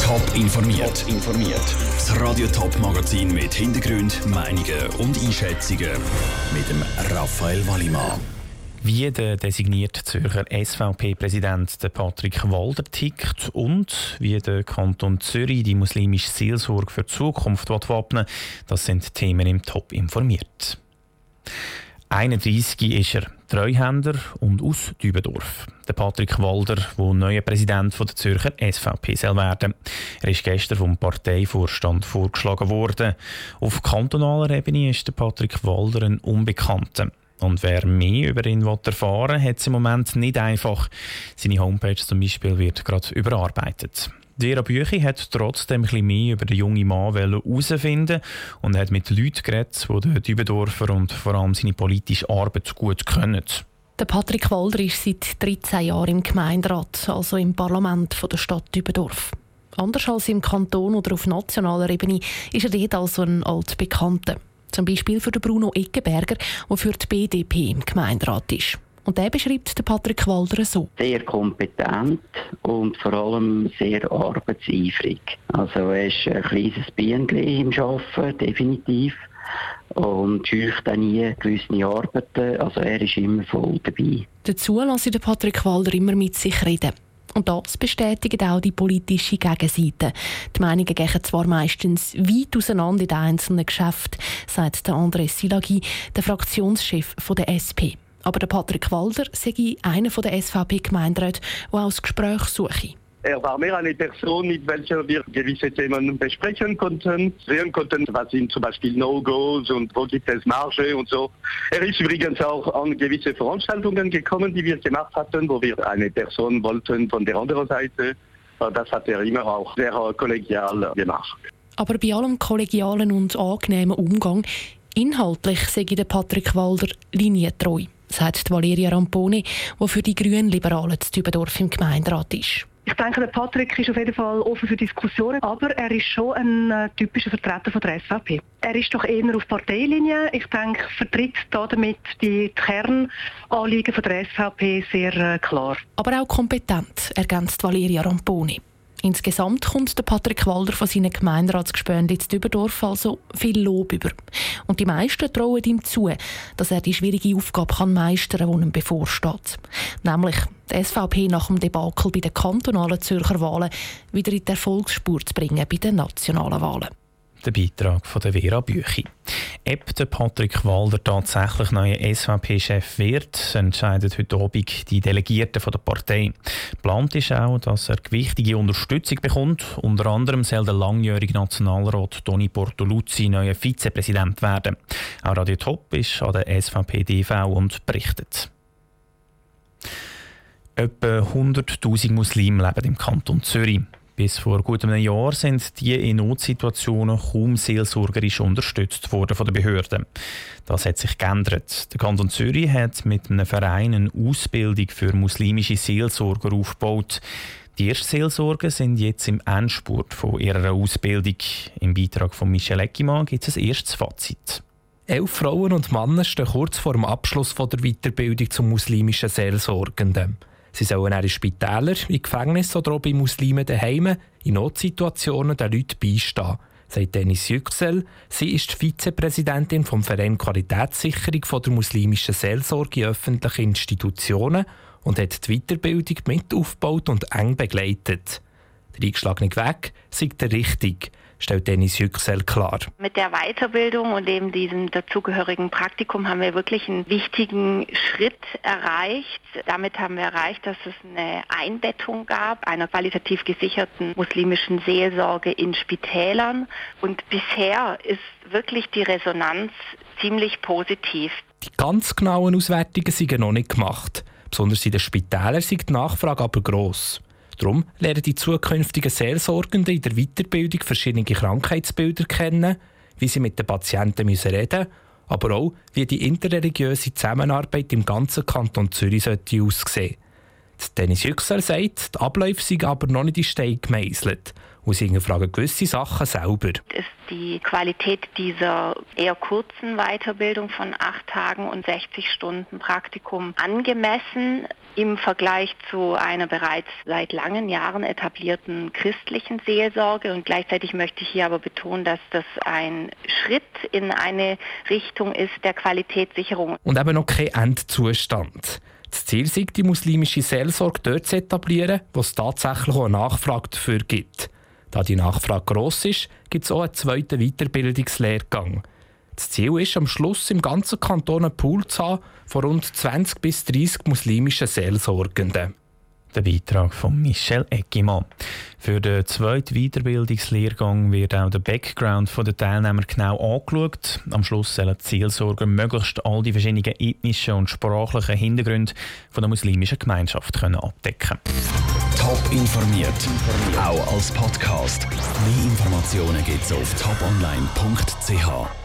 Top informiert. Das Radio Top Magazin mit Hintergrund, Meinungen und Einschätzungen mit dem Raphael Wallimann. Wie der designierte Zürcher SVP-Präsident Patrick Walder tickt und wie der Kanton Zürich die muslimische Seelsorge für die Zukunft wappnen will, das sind Themen im Top informiert. 31 ist er, Treuhänder und aus Dübendorf. Der Patrick Walder, der neuer Präsident der Zürcher SVP soll werden. Er ist gestern vom Parteivorstand vorgeschlagen worden. Auf kantonaler Ebene ist der Patrick Walder ein Unbekannter. Und wer mehr über ihn erfahren will, hat es im Moment nicht einfach. Seine Homepage zum Beispiel wird gerade überarbeitet. Vera Büchi hat trotzdem ein bisschen mehr über den jungen Mann herausfinden und hat mit Leuten geredet, die den Dübendorfer und vor allem seine politische Arbeit gut können. Der Patrick Walder ist seit 13 Jahren im Gemeinderat, also im Parlament der Stadt Dübendorf. Anders als im Kanton oder auf nationaler Ebene ist er dort also ein Altbekannter. Zum Beispiel für den Bruno Eggenberger, der für die BDP im Gemeinderat ist. Und der beschreibt den Patrick Walder so. Sehr kompetent und vor allem sehr arbeitseifrig. Also er ist ein kleines Bienchen im Arbeiten, definitiv. Und scheucht auch nie gewisse Arbeiten. Also er ist immer voll dabei. Dazu lasse ich den Patrick Walder immer mit sich reden. Und das bestätigt auch die politische Gegenseite. Die Meinungen gehen zwar meistens weit auseinander in den einzelnen Geschäften, sagt der André Silagi, der Fraktionschef der SP. Aber der Patrick Walder sei einer der SVP-Gemeinderäte, der auch das Gespräch suche. Er war mehr eine Person, mit welcher wir gewisse Themen besprechen konnten, sehen konnten, was sind zum Beispiel No-Gos und wo gibt es Marge und so. Er ist übrigens auch an gewisse Veranstaltungen gekommen, die wir gemacht hatten, wo wir eine Person wollten von der anderen Seite. Das hat er immer auch sehr kollegial gemacht. Aber bei allem kollegialen und angenehmen Umgang, inhaltlich sei der Patrick Walder linientreu, sagt Valeria Ramponi, die für die Grünliberalen zu Dübendorf im Gemeinderat ist. Ich denke, der Patrick ist auf jeden Fall offen für Diskussionen, aber er ist schon ein typischer Vertreter von der SVP. Er ist doch eher auf Parteilinie. Ich denke, vertritt damit die Kernanliegen von der SVP sehr klar. Aber auch kompetent, ergänzt Valeria Ramponi. Insgesamt kommt der Patrick Walder von seinen Gemeinderatsgespönen in Dübendorf also viel Lob über. Und die meisten trauen ihm zu, dass er die schwierige Aufgabe meistern kann, die ihm bevorsteht. Nämlich die SVP nach dem Debakel bei den kantonalen Zürcher Wahlen wieder in die Erfolgsspur zu bringen bei den nationalen Wahlen. Der Beitrag von der Vera Büchi. Ob der Patrick Walder tatsächlich neuer SVP-Chef wird, entscheidet heute Abend die Delegierten der Partei. Geplant ist auch, dass er gewichtige Unterstützung bekommt. Unter anderem soll der langjährige Nationalrat Toni Bortoluzzi neuer Vizepräsident werden. Auch Radio Top ist an der SVP-DV und berichtet. Etwa 100'000 Muslime leben im Kanton Zürich. Bis vor gut einem Jahr sind die in Notsituationen kaum seelsorgerisch unterstützt worden von den Behörden. Das hat sich geändert. Der Kanton Zürich hat mit einem Verein eine Ausbildung für muslimische Seelsorger aufgebaut. Die Erstseelsorger sind jetzt im Endspurt von ihrer Ausbildung. Im Beitrag von Michel Eckimann gibt es ein erstes Fazit. 11 Frauen und Männer stehen kurz vor dem Abschluss der Weiterbildung zum muslimischen Seelsorgenden. Sie sollen auch in Spitälern, in Gefängnissen oder auch bei Muslimen daheim in Notsituationen den Leuten beistehen, sagt Dennis Yüksel. Sie ist die Vizepräsidentin vom Verein Qualitätssicherung von der muslimischen Seelsorge in öffentlichen Institutionen und hat die Weiterbildung mit aufgebaut und eng begleitet. Der eingeschlagene Weg sei der richtige, stellt Dennis Yüksel klar. Mit der Weiterbildung und eben diesem dazugehörigen Praktikum haben wir wirklich einen wichtigen Schritt erreicht. Damit haben wir erreicht, dass es eine Einbettung gab, einer qualitativ gesicherten muslimischen Seelsorge in Spitälern. Und bisher ist wirklich die Resonanz ziemlich positiv. Die ganz genauen Auswertungen sind noch nicht gemacht. Besonders in den Spitälern ist die Nachfrage aber gross. Darum lernen die zukünftigen Seelsorgenden in der Weiterbildung verschiedene Krankheitsbilder kennen, wie sie mit den Patienten reden müssen, aber auch, wie die interreligiöse Zusammenarbeit im ganzen Kanton Zürich aussehen sollte. Dennis Yüksel sagt, die Abläufe sind aber noch nicht in Stein gemeißelt. Und sie fragen gewisse Sachen selber. Ist die Qualität dieser eher kurzen Weiterbildung von 8 Tagen und 60 Stunden Praktikum angemessen? im Vergleich zu einer bereits seit langen Jahren etablierten christlichen Seelsorge. Und gleichzeitig möchte ich hier aber betonen, dass das ein Schritt in eine Richtung ist der Qualitätssicherung. Und eben noch kein Endzustand. Das Ziel ist, die muslimische Seelsorge dort zu etablieren, wo es tatsächlich auch eine Nachfrage dafür gibt. Da die Nachfrage gross ist, gibt es auch einen zweiten Weiterbildungslehrgang. Das Ziel ist, am Schluss im ganzen Kanton einen Pool zu haben von rund 20 bis 30 muslimischen Seelsorgenden. Der Beitrag von Michel Eckimann. Für den zweiten Weiterbildungslehrgang wird auch der Background der Teilnehmer genau angeschaut. Am Schluss sollen die Seelsorger möglichst all die verschiedenen ethnischen und sprachlichen Hintergründe der muslimischen Gemeinschaft abdecken können. Top informiert, auch als Podcast. Mehr Informationen gibt es auf toponline.ch.